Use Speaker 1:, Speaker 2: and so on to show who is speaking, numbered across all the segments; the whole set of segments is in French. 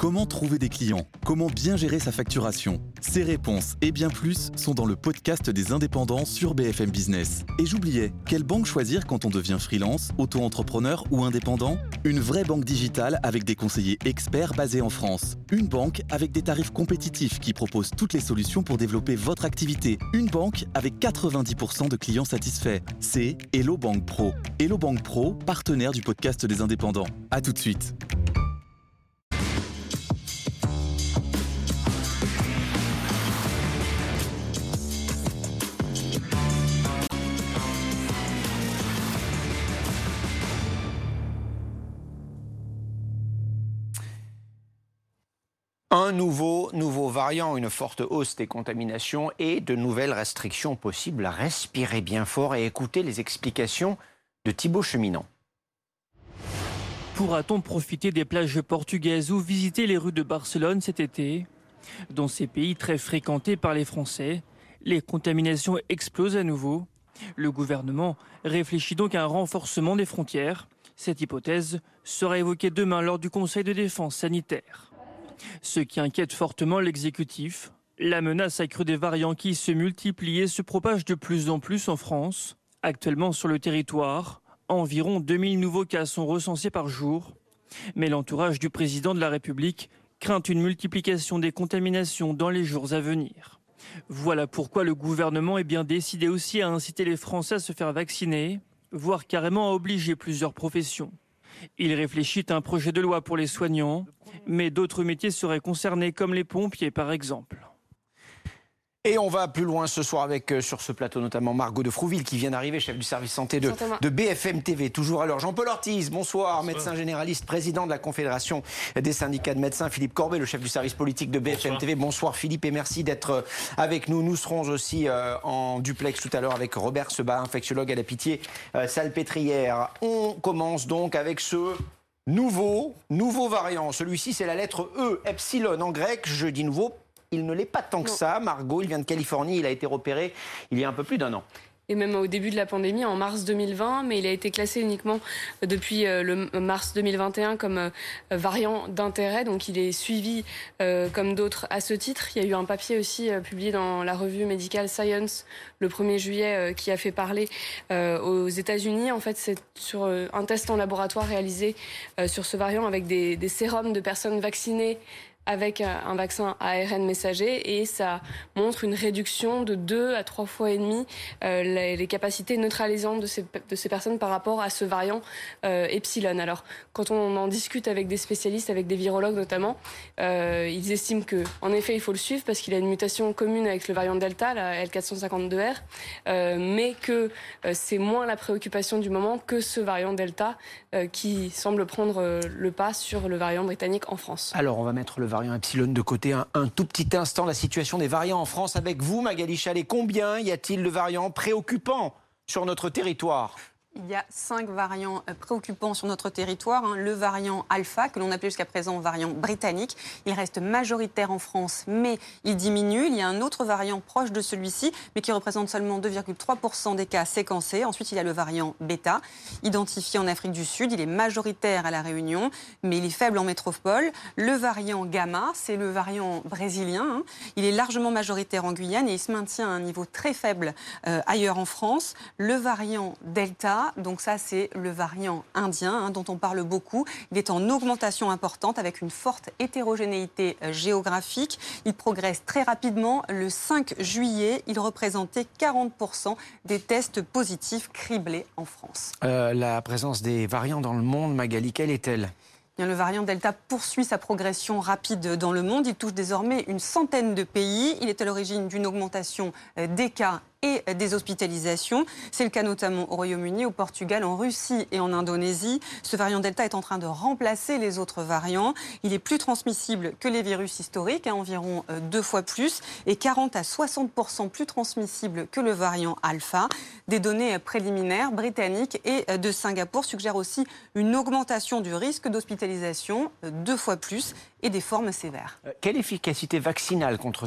Speaker 1: Comment trouver des clients? Comment bien gérer sa facturation? Ces réponses et bien plus sont dans le podcast des indépendants sur BFM Business. Et j'oubliais, quelle banque choisir quand on devient freelance, auto-entrepreneur ou indépendant? Une vraie banque digitale avec des conseillers experts basés en France. Une banque avec des tarifs compétitifs qui propose toutes les solutions pour développer votre activité. Une banque avec 90% de clients satisfaits. C'est Hello Bank Pro. Hello Bank Pro, partenaire du podcast des indépendants. À tout de suite.
Speaker 2: Un nouveau variant, une forte hausse des contaminations et de nouvelles restrictions possibles. Respirez bien fort et écoutez les explications de Thibaut Cheminant.
Speaker 3: Pourra-t-on profiter des plages portugaises ou visiter les rues de Barcelone cet été? Dans ces pays très fréquentés par les Français, les contaminations explosent à nouveau. Le gouvernement réfléchit donc à un renforcement des frontières. Cette hypothèse sera évoquée demain lors du Conseil de défense sanitaire. Ce qui inquiète fortement l'exécutif, la menace accrue des variants qui se multiplient et se propagent de plus en plus en France. Actuellement sur le territoire, environ 2000 nouveaux cas sont recensés par jour. Mais l'entourage du président de la République craint une multiplication des contaminations dans les jours à venir. Voilà pourquoi le gouvernement est bien décidé aussi à inciter les Français à se faire vacciner, voire carrément à obliger plusieurs professions. Il réfléchit à un projet de loi pour les soignants, mais d'autres métiers seraient concernés, comme les pompiers par exemple.
Speaker 2: Et on va plus loin ce soir avec, sur ce plateau, notamment Margot de Frouville qui vient d'arriver, chef du service santé de BFM TV. Toujours à l'heure. Jean-Paul Ortiz, bonsoir, médecin généraliste, président de la Confédération des syndicats de médecins. Philippe Corbet, le chef du service politique de BFM TV. Bonsoir Philippe et merci d'être avec nous. Nous serons aussi en duplex tout à l'heure avec Robert Sebat, infectiologue à la Pitié-Salpêtrière. On commence donc avec ce nouveau variant. Celui-ci, c'est la lettre E, epsilon en grec. Je dis nouveau. Il ne l'est pas tant que ça. Margot, il vient de Californie, il a été repéré il y a un peu plus d'un an.
Speaker 4: Et même au début de la pandémie, en mars 2020, mais il a été classé uniquement depuis le mars 2021 comme variant d'intérêt. Donc il est suivi comme d'autres à ce titre. Il y a eu un papier aussi publié dans la revue médicale Science le 1er juillet qui a fait parler aux États-Unis. En fait, c'est sur un test en laboratoire réalisé sur ce variant avec des sérums de personnes vaccinées avec un vaccin ARN messager, et ça montre une réduction de 2 à 3 fois et demi les capacités neutralisantes de ces personnes par rapport à ce variant epsilon. Alors, quand on en discute avec des spécialistes, avec des virologues notamment, ils estiment que, en effet, il faut le suivre parce qu'il a une mutation commune avec le variant Delta, la L452R, mais que c'est moins la préoccupation du moment que ce variant Delta qui semble prendre le pas sur le variant britannique en France.
Speaker 2: Alors, on va mettre le variant epsilon de côté un tout petit instant. La situation des variants en France avec vous, Magali Chalet. Combien y a-t-il de variants préoccupants sur notre territoire ?
Speaker 5: Il y a 5 variants préoccupants sur notre territoire. Le variant alpha, que l'on appelait jusqu'à présent variant britannique, il reste majoritaire en France, mais il diminue. Il y a un autre variant proche de celui-ci, mais qui représente seulement 2,3% des cas séquencés. Ensuite, il y a le variant bêta, identifié en Afrique du Sud. Il est majoritaire à La Réunion, mais il est faible en métropole. Le variant gamma, c'est le variant brésilien. Il est largement majoritaire en Guyane et il se maintient à un niveau très faible ailleurs en France. Le variant delta, donc ça c'est le variant indien dont on parle beaucoup. Il est en augmentation importante avec une forte hétérogénéité géographique. Il progresse très rapidement. Le 5 juillet, il représentait 40% des tests positifs criblés en France.
Speaker 2: La présence des variants dans le monde, Magali, quelle est-elle ?
Speaker 5: Le variant Delta poursuit sa progression rapide dans le monde. Il touche désormais une centaine de pays. Il est à l'origine d'une augmentation des cas et des hospitalisations. C'est le cas notamment au Royaume-Uni, au Portugal, en Russie et en Indonésie. Ce variant Delta est en train de remplacer les autres variants. Il est plus transmissible que les virus historiques, environ 2 fois plus, et 40 à 60% plus transmissible que le variant Alpha. Des données préliminaires britanniques et de Singapour suggèrent aussi une augmentation du risque d'hospitalisation 2 fois plus et des formes sévères.
Speaker 2: Quelle efficacité vaccinale contre ces variants ?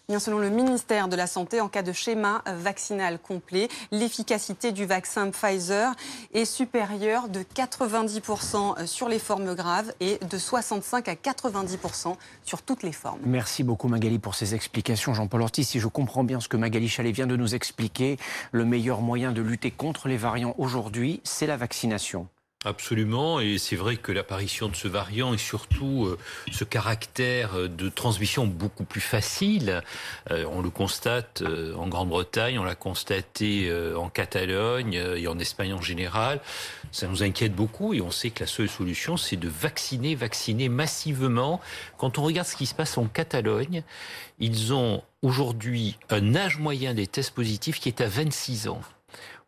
Speaker 5: Bien, selon le ministère de la Santé, en cas de schéma vaccinal complet, l'efficacité du vaccin Pfizer est supérieure de 90% sur les formes graves et de 65 à 90% sur toutes les formes.
Speaker 2: Merci beaucoup Magali pour ces explications. Jean-Paul Ortiz, si je comprends bien ce que Magali Chalet vient de nous expliquer, le meilleur moyen de lutter contre les variants aujourd'hui, c'est la vaccination.
Speaker 6: Absolument, et c'est vrai que l'apparition de ce variant et surtout ce caractère de transmission beaucoup plus facile, on le constate en Grande-Bretagne, on l'a constaté en Catalogne et en Espagne en général, ça nous inquiète beaucoup et on sait que la seule solution c'est de vacciner massivement. Quand on regarde ce qui se passe en Catalogne, ils ont aujourd'hui un âge moyen des tests positifs qui est à 26 ans. Pourquoi ?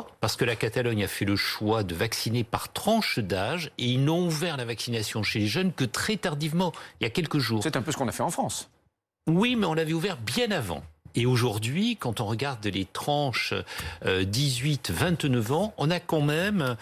Speaker 6: Parce que la Catalogne a fait le choix de vacciner par tranche d'âge et ils n'ont ouvert la vaccination chez les jeunes que très tardivement, il y a quelques jours.
Speaker 2: C'est un peu ce qu'on a fait en France.
Speaker 6: Oui, mais on l'avait ouvert bien avant. Et aujourd'hui, quand on regarde les tranches 18-29 ans, on a quand même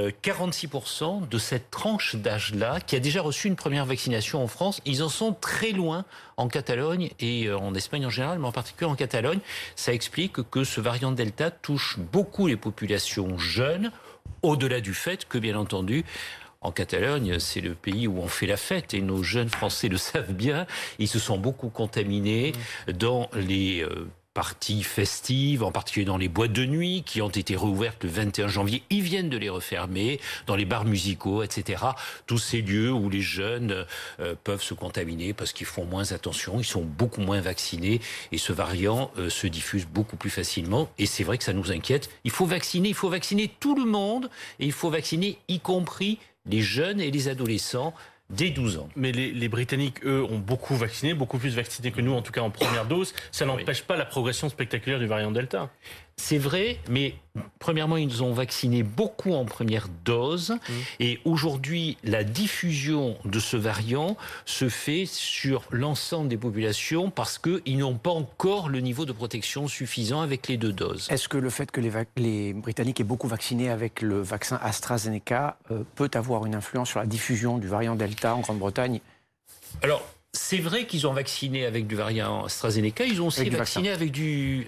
Speaker 6: 46% de cette tranche d'âge-là qui a déjà reçu une première vaccination en France. Ils en sont très loin en Catalogne et en Espagne en général, mais en particulier en Catalogne. Ça explique que ce variant Delta touche beaucoup les populations jeunes, au-delà du fait que, bien entendu, en Catalogne, c'est le pays où on fait la fête et nos jeunes Français le savent bien. Ils se sont beaucoup contaminés dans les parties festives, en particulier dans les boîtes de nuit qui ont été réouvertes le 21 janvier. Ils viennent de les refermer, dans les bars musicaux, etc. Tous ces lieux où les jeunes peuvent se contaminer parce qu'ils font moins attention, ils sont beaucoup moins vaccinés et ce variant se diffuse beaucoup plus facilement. Et c'est vrai que ça nous inquiète. Il faut vacciner tout le monde et il faut vacciner y compris les jeunes et les adolescents dès 12 ans.
Speaker 7: Mais les Britanniques, eux, ont beaucoup vacciné, beaucoup plus vaccinés que nous, en tout cas en première dose. Ça n'empêche pas la progression spectaculaire du variant Delta.
Speaker 6: C'est vrai, mais premièrement, ils nous ont vacciné beaucoup en première dose. Et aujourd'hui, la diffusion de ce variant se fait sur l'ensemble des populations parce qu'ils n'ont pas encore le niveau de protection suffisant avec les 2 doses.
Speaker 2: Est-ce que le fait que les Britanniques aient beaucoup vacciné avec le vaccin AstraZeneca peut avoir une influence sur la diffusion du variant Delta en Grande-Bretagne ?
Speaker 6: Alors, c'est vrai qu'ils ont vacciné avec du variant AstraZeneca, ils ont aussi vacciné avec du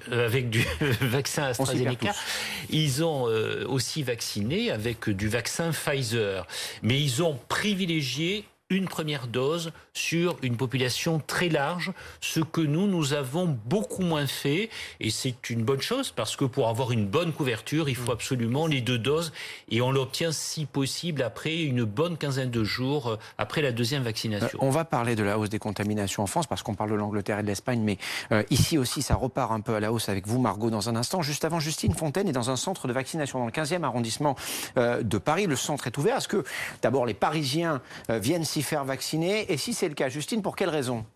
Speaker 6: vaccin AstraZeneca. Ils ont aussi vacciné avec du vaccin Pfizer. Mais ils ont privilégié une première dose sur une population très large, ce que nous avons beaucoup moins fait. Et c'est une bonne chose parce que pour avoir une bonne couverture, il faut absolument les 2 doses. Et on l'obtient si possible après une bonne quinzaine de jours après la deuxième vaccination.
Speaker 2: On va parler de la hausse des contaminations en France parce qu'on parle de l'Angleterre et de l'Espagne. Mais ici aussi, ça repart un peu à la hausse avec vous, Margot, dans un instant. Juste avant, Justine Fontaine est dans un centre de vaccination dans le 15e arrondissement de Paris. Le centre est ouvert. Est-ce que, d'abord, les Parisiens viennent s'y faire vacciner? Et si c'est le cas, Justine, pour quelle raison?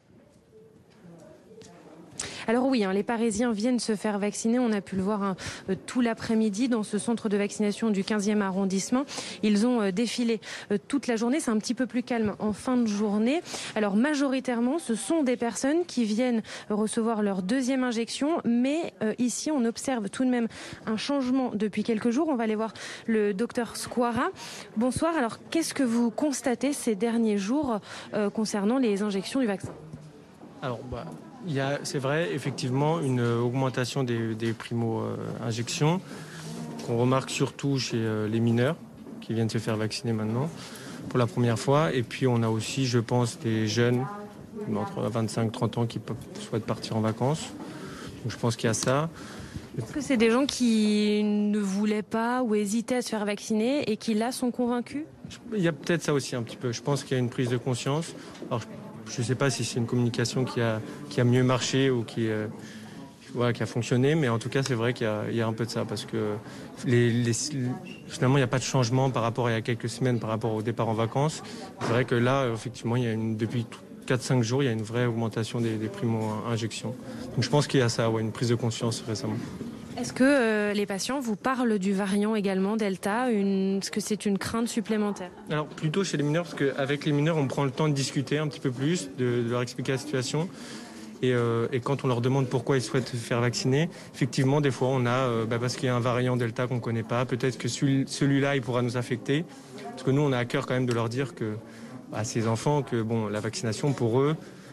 Speaker 8: Alors oui, les Parisiens viennent se faire vacciner. On a pu le voir tout l'après-midi dans ce centre de vaccination du 15e arrondissement. Ils ont défilé toute la journée. C'est un petit peu plus calme en fin de journée. Alors majoritairement, ce sont des personnes qui viennent recevoir leur 2e injection. Mais ici, on observe tout de même un changement depuis quelques jours. On va aller voir le docteur Squara. Bonsoir. Alors, qu'est-ce que vous constatez ces derniers jours concernant les injections du vaccin?
Speaker 9: Alors, il y a, c'est vrai, effectivement, une augmentation des primo-injections qu'on remarque surtout chez les mineurs qui viennent se faire vacciner maintenant pour la première fois. Et puis, on a aussi, je pense, des jeunes entre 25 et 30 ans qui souhaitent partir en vacances. Donc, je pense qu'il y a ça.
Speaker 8: Est-ce que c'est des gens qui ne voulaient pas ou hésitaient à se faire vacciner et qui, là, sont convaincus?
Speaker 9: Il y a peut-être ça aussi un petit peu. Je pense qu'il y a une prise de conscience. Alors, je ne sais pas si c'est une communication qui a mieux marché ou qui a fonctionné, mais en tout cas, c'est vrai qu'il y a un peu de ça, parce que finalement, il n'y a pas de changement par rapport à il y a quelques semaines, par rapport au départ en vacances. C'est vrai que là, effectivement, depuis 4-5 jours, il y a une vraie augmentation des primo-injections. Donc je pense qu'il y a ça, une prise de conscience récemment.
Speaker 8: Est-ce que les patients vous parlent du variant également, Delta? Est-ce que c'est une crainte supplémentaire?
Speaker 9: Alors plutôt chez les mineurs, parce qu'avec les mineurs, on prend le temps de discuter un petit peu plus, de leur expliquer la situation. Et quand on leur demande pourquoi ils souhaitent se faire vacciner, effectivement, des fois, on a, parce qu'il y a un variant Delta qu'on ne connaît pas, peut-être que celui-là, il pourra nous affecter. Parce que nous, on a à cœur quand même de leur dire que à ces enfants que la vaccination, pour eux,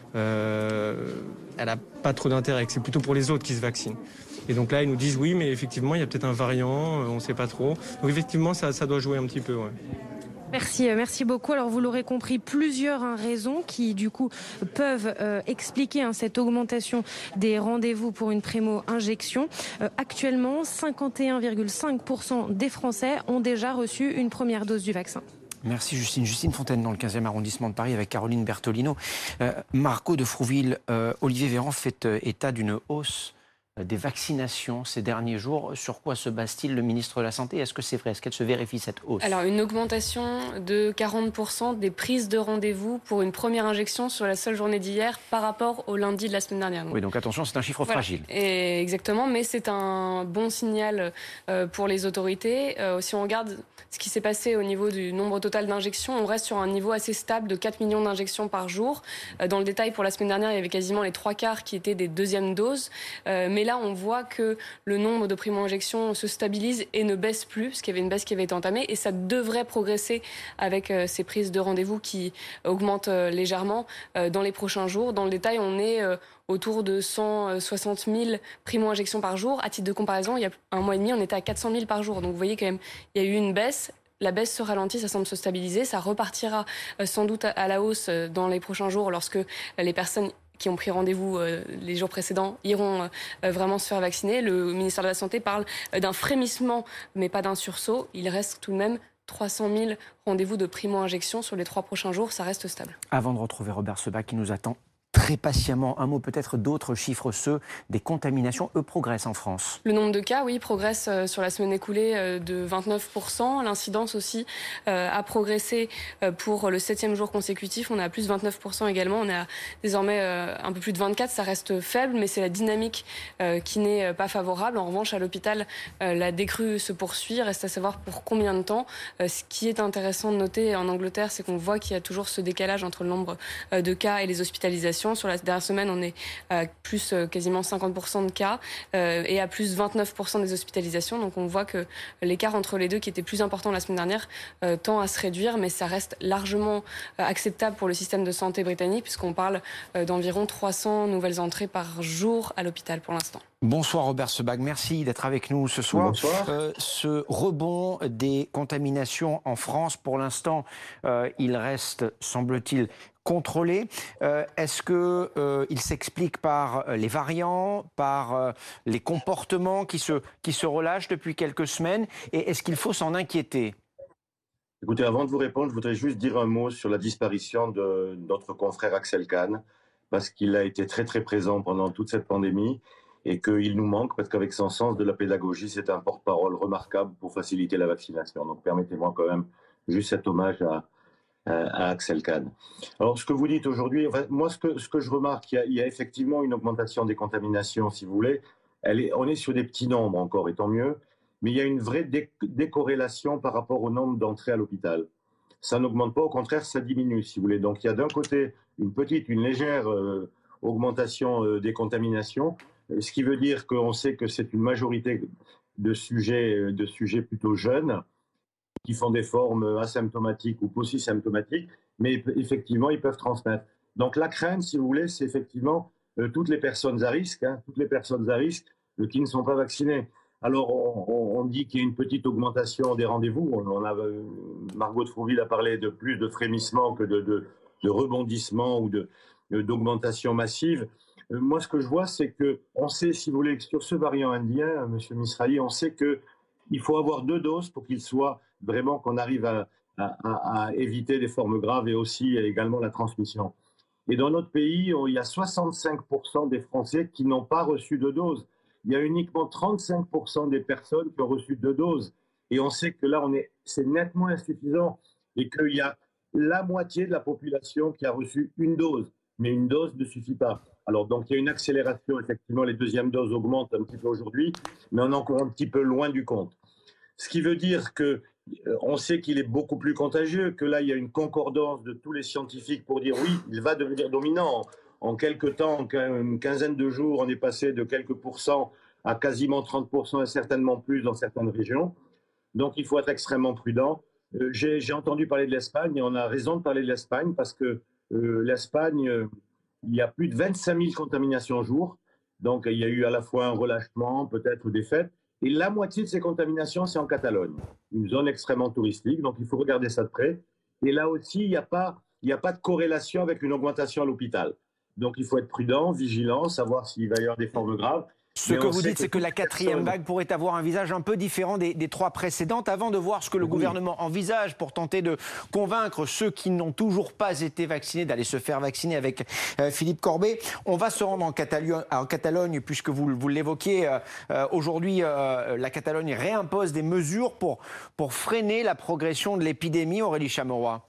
Speaker 9: elle n'a pas trop d'intérêt, que c'est plutôt pour les autres qui se vaccinent. Et donc là, ils nous disent oui, mais effectivement, il y a peut-être un variant, on ne sait pas trop. Donc effectivement, ça doit jouer un petit peu, ouais.
Speaker 8: Merci beaucoup. Alors vous l'aurez compris, plusieurs raisons qui du coup peuvent expliquer cette augmentation des rendez-vous pour une primo-injection. Actuellement, 51,5% des Français ont déjà reçu une première dose du vaccin.
Speaker 2: Merci Justine. Justine Fontaine dans le 15e arrondissement de Paris avec Caroline Bertolino. Margot de Frouville, Olivier Véran fait état d'une hausse des vaccinations ces derniers jours. Sur quoi se base-t-il le ministre de la Santé? Est-ce que c'est vrai? Est-ce qu'elle se vérifie cette hausse?
Speaker 4: Alors une augmentation de 40% des prises de rendez-vous pour une première injection sur la seule journée d'hier par rapport au lundi de la semaine dernière.
Speaker 2: Oui, donc attention, c'est un chiffre fragile.
Speaker 4: Et exactement, mais c'est un bon signal pour les autorités. Si on regarde ce qui s'est passé au niveau du nombre total d'injections, on reste sur un niveau assez stable de 4 millions d'injections par jour. Dans le détail, pour la semaine dernière, il y avait quasiment les 3/4 qui étaient des deuxièmes doses. Mais là, on voit que le nombre de primo-injections se stabilise et ne baisse plus, parce qu'il y avait une baisse qui avait été entamée, et ça devrait progresser avec ces prises de rendez-vous qui augmentent légèrement dans les prochains jours. Dans le détail, on est autour de 160 000 primo-injections par jour. À titre de comparaison, il y a un mois et demi, on était à 400 000 par jour. Donc vous voyez quand même, il y a eu une baisse. La baisse se ralentit, ça semble se stabiliser. Ça repartira sans doute à la hausse dans les prochains jours lorsque les personnes qui ont pris rendez-vous les jours précédents iront vraiment se faire vacciner. Le ministère de la Santé parle d'un frémissement, mais pas d'un sursaut. Il reste tout de même 300 000 rendez-vous de primo-injection sur les 3 prochains jours. Ça reste stable.
Speaker 2: Avant de retrouver Robert Sebag qui nous attend très patiemment, un mot peut-être d'autres chiffres, ceux des contaminations, eux progressent en France.
Speaker 4: Le nombre de cas, oui, progresse sur la semaine écoulée de 29%. L'incidence aussi a progressé pour le 7e jour consécutif. On est à plus de 29% également. On est à désormais un peu plus de 24%. Ça reste faible, mais c'est la dynamique qui n'est pas favorable. En revanche, à l'hôpital, la décrue se poursuit. Reste à savoir pour combien de temps. Ce qui est intéressant de noter en Angleterre, c'est qu'on voit qu'il y a toujours ce décalage entre le nombre de cas et les hospitalisations. Sur la dernière semaine, on est à plus quasiment 50% de cas et à plus 29% des hospitalisations. Donc on voit que l'écart entre les deux, qui était plus important la semaine dernière, tend à se réduire, mais ça reste largement acceptable pour le système de santé britannique, puisqu'on parle d'environ 300 nouvelles entrées par jour à l'hôpital pour l'instant.
Speaker 2: Bonsoir Robert Sebag, merci d'être avec nous ce soir.
Speaker 10: Bonsoir.
Speaker 2: Ce rebond des contaminations en France, pour l'instant, il reste, semble-t-il, contrôlé. Est-ce qu'il s'explique par les variants, par les comportements qui se relâchent depuis quelques semaines? Et est-ce qu'il faut s'en inquiéter?
Speaker 10: Écoutez, avant de vous répondre, je voudrais juste dire un mot sur la disparition de notre confrère Axel Kahn, parce qu'il a été très très présent pendant toute cette pandémie et qu'il nous manque, parce qu'avec son sens de la pédagogie, c'est un porte-parole remarquable pour faciliter la vaccination. Donc permettez-moi quand même juste cet hommage à Axel Kahn. Alors, ce que vous dites aujourd'hui, en fait, moi, ce que je remarque, il y a effectivement une augmentation des contaminations, si vous voulez. On est sur des petits nombres encore, et tant mieux, mais il y a une vraie décorrélation par rapport au nombre d'entrées à l'hôpital. Ça n'augmente pas, au contraire, ça diminue, si vous voulez. Donc, il y a d'un côté une légère augmentation des contaminations, ce qui veut dire qu'on sait que c'est une majorité de sujets plutôt jeunes, qui font des formes asymptomatiques ou post-symptomatiques, mais effectivement, ils peuvent transmettre. Donc la crainte, si vous voulez, c'est effectivement toutes les personnes à risque, qui ne sont pas vaccinées. Alors, on dit qu'il y a une petite augmentation des rendez-vous. Margot de Frouville a parlé de plus de frémissement que de rebondissement ou d'augmentation massive. Moi, ce que je vois, c'est qu'on sait, si vous voulez, que sur ce variant indien, M. Misrahi, on sait qu'il faut avoir 2 doses pour qu'il soit vraiment qu'on arrive à éviter des formes graves et aussi également la transmission. Et dans notre pays, il y a 65% des Français qui n'ont pas reçu de dose. Il y a uniquement 35% des personnes qui ont reçu 2 doses. Et on sait que là, c'est nettement insuffisant et qu'il y a la moitié de la population qui a reçu une dose. Mais une dose ne suffit pas. Alors, donc, il y a une accélération. Effectivement, les deuxièmes doses augmentent un petit peu aujourd'hui, mais on est encore un petit peu loin du compte. Ce qui veut dire qu'on sait qu'il est beaucoup plus contagieux, que là, il y a une concordance de tous les scientifiques pour dire oui, il va devenir dominant. En quelques temps, une quinzaine de jours, on est passé de quelques pourcents à quasiment 30% et certainement plus dans certaines régions. Donc, il faut être extrêmement prudent. J'ai entendu parler de l'Espagne et on a raison de parler de l'Espagne parce que l'Espagne il y a plus de 25 000 contaminations au jour. Donc, il y a eu à la fois un relâchement, peut-être des fêtes. Et la moitié de ces contaminations, c'est en Catalogne, une zone extrêmement touristique. Donc, il faut regarder ça de près. Et là aussi, il n'y a pas de corrélation avec une augmentation à l'hôpital. Donc, il faut être prudent, vigilant, savoir s'il va y avoir des formes graves.
Speaker 2: Ce que vous dites, c'est que la 4e vague pourrait avoir un visage un peu différent des 3 précédentes. Avant de voir ce que le gouvernement envisage pour tenter de convaincre ceux qui n'ont toujours pas été vaccinés d'aller se faire vacciner avec Philippe Corbet, on va se rendre en Catalogne puisque vous l'évoquiez. Aujourd'hui, la Catalogne réimpose des mesures pour freiner la progression de l'épidémie. Aurélie Chameroy.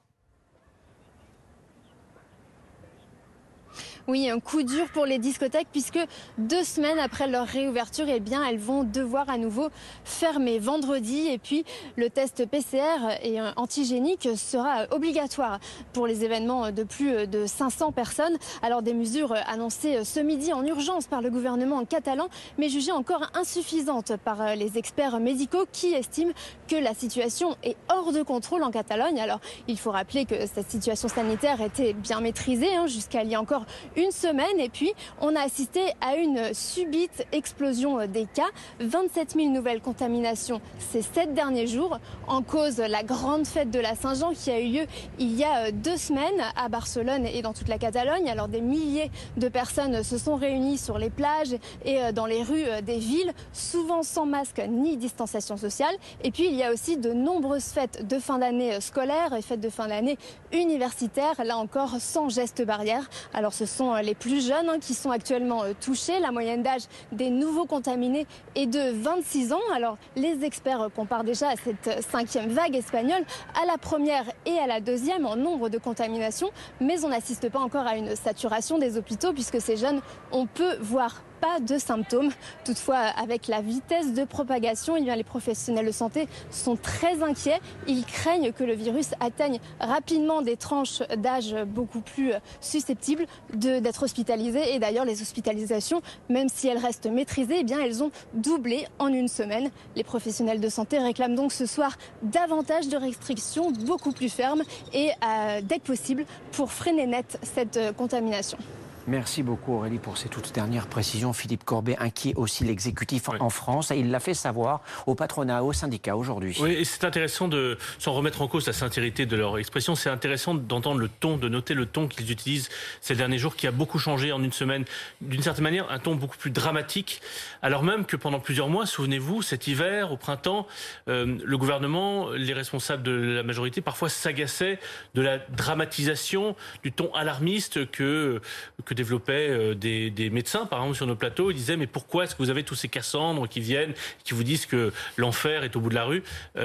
Speaker 11: Oui, un coup dur pour les discothèques puisque 2 semaines après leur réouverture, eh bien, elles vont devoir à nouveau fermer vendredi. Et puis, le test PCR et antigénique sera obligatoire pour les événements de plus de 500 personnes. Alors, des mesures annoncées ce midi en urgence par le gouvernement catalan, mais jugées encore insuffisantes par les experts médicaux qui estiment que la situation est hors de contrôle en Catalogne. Alors, il faut rappeler que cette situation sanitaire était bien maîtrisée jusqu'à il y a encore une semaine, et puis on a assisté à une subite explosion des cas. 27 000 nouvelles contaminations ces 7 derniers jours. En cause, la grande fête de la Saint-Jean qui a eu lieu il y a 2 semaines à Barcelone et dans toute la Catalogne. Alors des milliers de personnes se sont réunies sur les plages et dans les rues des villes, souvent sans masque ni distanciation sociale. Et puis il y a aussi de nombreuses fêtes de fin d'année scolaire et fêtes de fin d'année universitaire, là encore sans gestes barrières. Alors ce sont les plus jeunes qui sont actuellement touchés. La moyenne d'âge des nouveaux contaminés est de 26 ans. Alors les experts comparent déjà à cette 5e vague espagnole, à la première et à la 2e en nombre de contaminations. Mais on n'assiste pas encore à une saturation des hôpitaux puisque ces jeunes ont peu, voire pas de symptômes. Toutefois, avec la vitesse de propagation, les professionnels de santé sont très inquiets. Ils craignent que le virus atteigne rapidement des tranches d'âge beaucoup plus susceptibles d'être hospitalisées. Et d'ailleurs, les hospitalisations, même si elles restent maîtrisées, elles ont doublé en une semaine. Les professionnels de santé réclament donc ce soir davantage de restrictions beaucoup plus fermes et dès que possible pour freiner net cette contamination.
Speaker 2: Merci beaucoup Aurélie pour ces toutes dernières précisions. Philippe Corbet inquiet aussi l'exécutif en France et il l'a fait savoir au patronat, au syndicat aujourd'hui.
Speaker 7: Oui, et c'est intéressant sans remettre en cause la sincérité de leur expression, c'est intéressant d'entendre le ton, de noter le ton qu'ils utilisent ces derniers jours qui a beaucoup changé en une semaine. D'une certaine manière, un ton beaucoup plus dramatique, alors même que pendant plusieurs mois, souvenez-vous, cet hiver, au printemps, le gouvernement, les responsables de la majorité, parfois s'agaçaient de la dramatisation, du ton alarmiste que développaient des médecins, par exemple, sur nos plateaux. Ils disaient, mais pourquoi est-ce que vous avez tous ces Cassandres qui viennent, qui vous disent que l'enfer est au bout de la rue?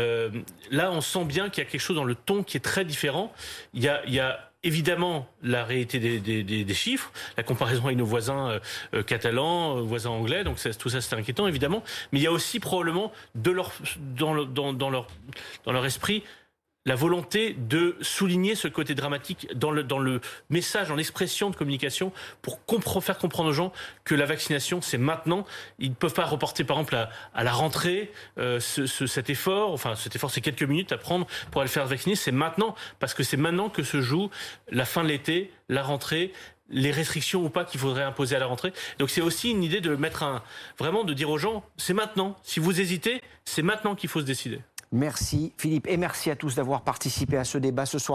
Speaker 7: Là, on sent bien qu'il y a quelque chose dans le ton qui est très différent. Il y a évidemment la réalité des chiffres, la comparaison avec nos voisins catalans, voisins anglais, donc tout ça c'est inquiétant, évidemment. Mais il y a aussi probablement dans leur esprit la volonté de souligner ce côté dramatique dans le message, dans l'expression de communication pour faire comprendre aux gens que la vaccination, c'est maintenant. Ils ne peuvent pas reporter, par exemple, à la rentrée cet effort. Enfin, cet effort, c'est quelques minutes à prendre pour aller faire vacciner. C'est maintenant, parce que c'est maintenant que se joue la fin de l'été, la rentrée, les restrictions ou pas qu'il faudrait imposer à la rentrée. Donc c'est aussi une idée de vraiment de dire aux gens, c'est maintenant. Si vous hésitez, c'est maintenant qu'il faut se décider.
Speaker 2: Merci Philippe et merci à tous d'avoir participé à ce débat ce soir.